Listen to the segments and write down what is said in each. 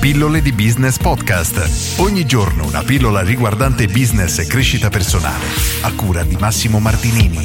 Pillole di Business Podcast. Ogni giorno una pillola riguardante business e crescita personale. A cura di Massimo Martinini.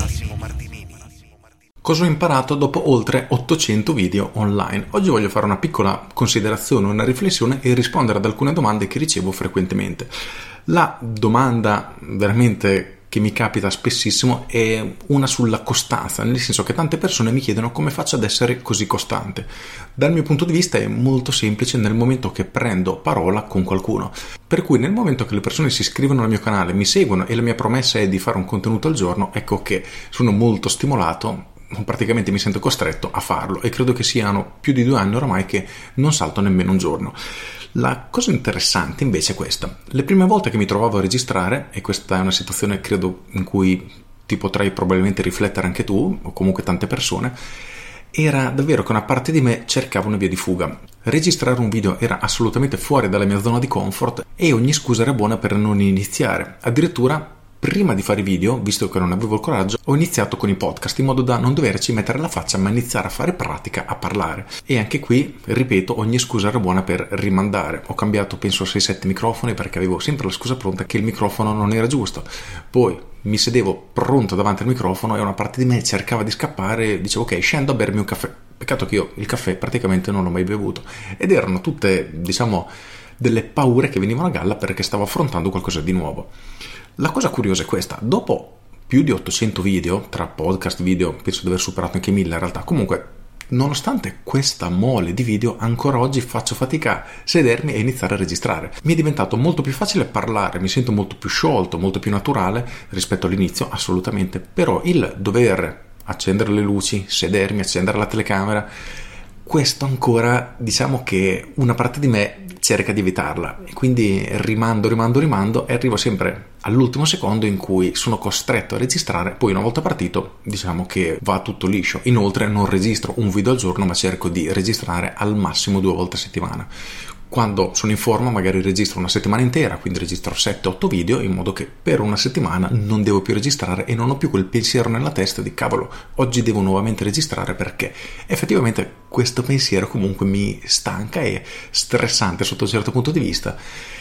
Cosa ho imparato dopo oltre 800 video online? Oggi voglio fare una piccola considerazione, una riflessione e rispondere ad alcune domande che ricevo frequentemente. La domanda veramente che mi capita spessissimo è una sulla costanza, nel senso che tante persone mi chiedono come faccio ad essere così costante. Dal mio punto di vista è molto semplice nel momento che prendo parola con qualcuno. Per cui nel momento che le persone si iscrivono al mio canale, mi seguono e la mia promessa è di fare un contenuto al giorno, ecco che sono molto stimolato, praticamente mi sento costretto a farlo e credo che siano più di 2 anni oramai che non salto nemmeno un giorno. La cosa interessante invece è questa: le prime volte che mi trovavo a registrare, e questa è una situazione credo in cui ti potrai probabilmente riflettere anche tu o comunque tante persone, era davvero che una parte di me cercava una via di fuga. Registrare un video era assolutamente fuori dalla mia zona di comfort e ogni scusa era buona per non iniziare. Addirittura prima di fare video, visto che non avevo il coraggio, ho iniziato con i podcast in modo da non doverci mettere la faccia ma iniziare a fare pratica, a parlare. E anche qui, ripeto, ogni scusa era buona per rimandare. Ho cambiato penso 6-7 microfoni perché avevo sempre la scusa pronta che il microfono non era giusto. Poi mi sedevo pronto davanti al microfono e una parte di me cercava di scappare e dicevo ok, scendo a bermi un caffè. Peccato che io il caffè praticamente non l'ho mai bevuto. Ed erano tutte, delle paure che venivano a galla perché stavo affrontando qualcosa di nuovo. La cosa curiosa è questa: dopo più di 800 video, tra podcast, video, penso di aver superato anche 1000 in realtà, comunque, nonostante questa mole di video, ancora oggi faccio fatica a sedermi e iniziare a registrare. Mi è diventato molto più facile parlare, mi sento molto più sciolto, molto più naturale rispetto all'inizio, assolutamente, però il dover accendere le luci, sedermi, accendere la telecamera, questo ancora, che una parte di me cerca di evitarla e quindi rimando e arrivo sempre all'ultimo secondo in cui sono costretto a registrare. Poi una volta partito che va tutto liscio. Inoltre non registro un video al giorno ma cerco di registrare al massimo 2 volte a settimana. Quando sono in forma magari registro una settimana intera, quindi registro 7-8 video in modo che per una settimana non devo più registrare e non ho più quel pensiero nella testa di cavolo, oggi devo nuovamente registrare, perché effettivamente questo pensiero comunque mi stanca e stressante sotto un certo punto di vista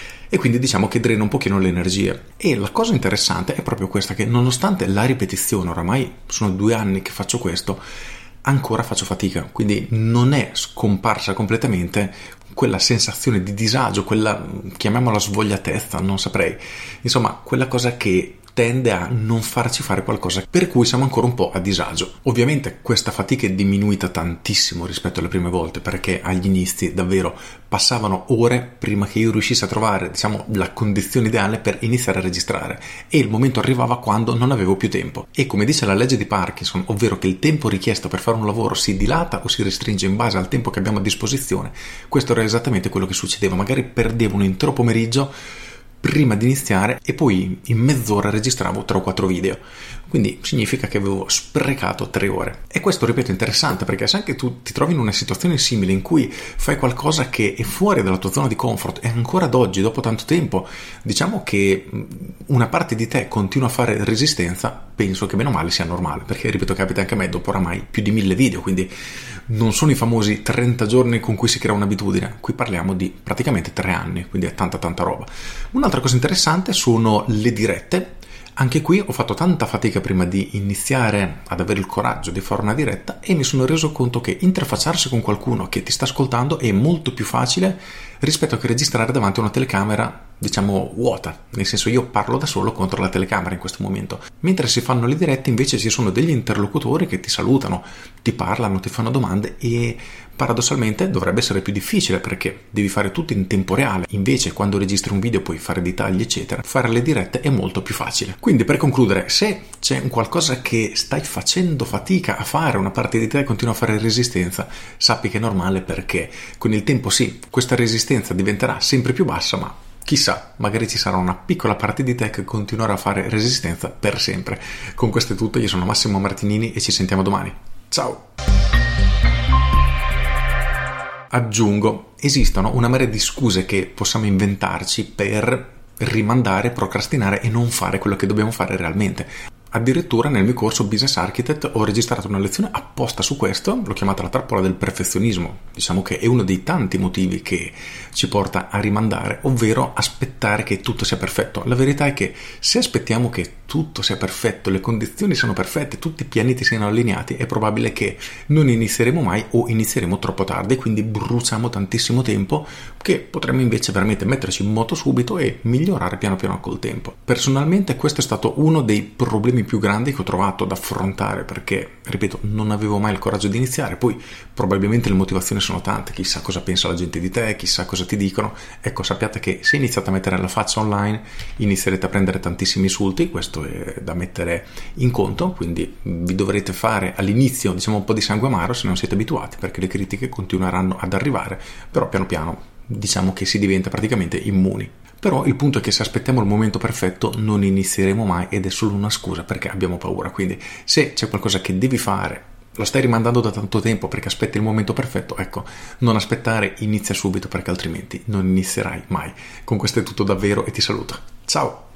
e quindi che drena un pochino le energie. E la cosa interessante è proprio questa, che nonostante la ripetizione, oramai sono 2 anni che faccio questo, ancora faccio fatica, quindi non è scomparsa completamente quella sensazione di disagio, quella, chiamiamola svogliatezza, non saprei, insomma quella cosa che tende a non farci fare qualcosa, per cui siamo ancora un po' a disagio. Ovviamente questa fatica è diminuita tantissimo rispetto alle prime volte, perché agli inizi davvero passavano ore prima che io riuscissi a trovare la condizione ideale per iniziare a registrare, e il momento arrivava quando non avevo più tempo. E come dice la legge di Parkinson, ovvero che il tempo richiesto per fare un lavoro si dilata o si restringe in base al tempo che abbiamo a disposizione, questo era esattamente quello che succedeva. Magari perdevo un intero pomeriggio prima di iniziare e poi in mezz'ora registravo 3 o 4 video, quindi significa che avevo sprecato 3 ore. E questo, ripeto, è interessante, perché se anche tu ti trovi in una situazione simile in cui fai qualcosa che è fuori dalla tua zona di comfort e ancora ad oggi, dopo tanto tempo, che una parte di te continua a fare resistenza, penso che meno male sia normale, perché ripeto, capita anche a me dopo oramai più di 1000 video, quindi non sono i famosi 30 giorni con cui si crea un'abitudine, qui parliamo di praticamente 3 anni, quindi è tanta roba. Un'altra cosa interessante sono le dirette. Anche qui ho fatto tanta fatica prima di iniziare ad avere il coraggio di fare una diretta e mi sono reso conto che interfacciarsi con qualcuno che ti sta ascoltando è molto più facile rispetto a che registrare davanti a una telecamera vuota, nel senso, io parlo da solo contro la telecamera in questo momento, mentre si fanno le dirette invece ci sono degli interlocutori che ti salutano, ti parlano, ti fanno domande e paradossalmente dovrebbe essere più difficile perché devi fare tutto in tempo reale. Invece quando registri un video puoi fare dei tagli eccetera, fare le dirette è molto più facile. Quindi, per concludere, se c'è un qualcosa che stai facendo fatica a fare, una parte di te continua a fare resistenza, sappi che è normale, perché con il tempo sì, questa resistenza diventerà sempre più bassa, ma chissà, magari ci sarà una piccola parte di te che continuerà a fare resistenza per sempre. Con questo è tutto, io sono Massimo Martinini e ci sentiamo domani. Ciao! Aggiungo, esistono una marea di scuse che possiamo inventarci per rimandare, procrastinare e non fare quello che dobbiamo fare realmente. Addirittura nel mio corso Business Architect ho registrato una lezione apposta su questo, l'ho chiamata la trappola del perfezionismo. Diciamo che è uno dei tanti motivi che ci porta a rimandare, ovvero aspettare che tutto sia perfetto. La verità è che se aspettiamo che tutto sia perfetto, le condizioni siano perfette, tutti i pianeti siano allineati, è probabile che non inizieremo mai o inizieremo troppo tardi, quindi bruciamo tantissimo tempo che potremmo invece veramente metterci in moto subito e migliorare piano piano col tempo. Personalmente questo è stato uno dei problemi più grandi che ho trovato ad affrontare, perché, ripeto, non avevo mai il coraggio di iniziare. Poi probabilmente le motivazioni sono tante, chissà cosa pensa la gente di te, chissà cosa ti dicono. Ecco, sappiate che se iniziate a mettere la faccia online inizierete a prendere tantissimi insulti, questo è da mettere in conto, quindi vi dovrete fare all'inizio, diciamo, un po' di sangue amaro se non siete abituati, perché le critiche continueranno ad arrivare, però piano piano diciamo che si diventa praticamente immuni. Però il punto è che se aspettiamo il momento perfetto non inizieremo mai, ed è solo una scusa perché abbiamo paura. Quindi se c'è qualcosa che devi fare, lo stai rimandando da tanto tempo perché aspetti il momento perfetto, ecco, non aspettare, inizia subito, perché altrimenti non inizierai mai. Con questo è tutto davvero e ti saluto. Ciao!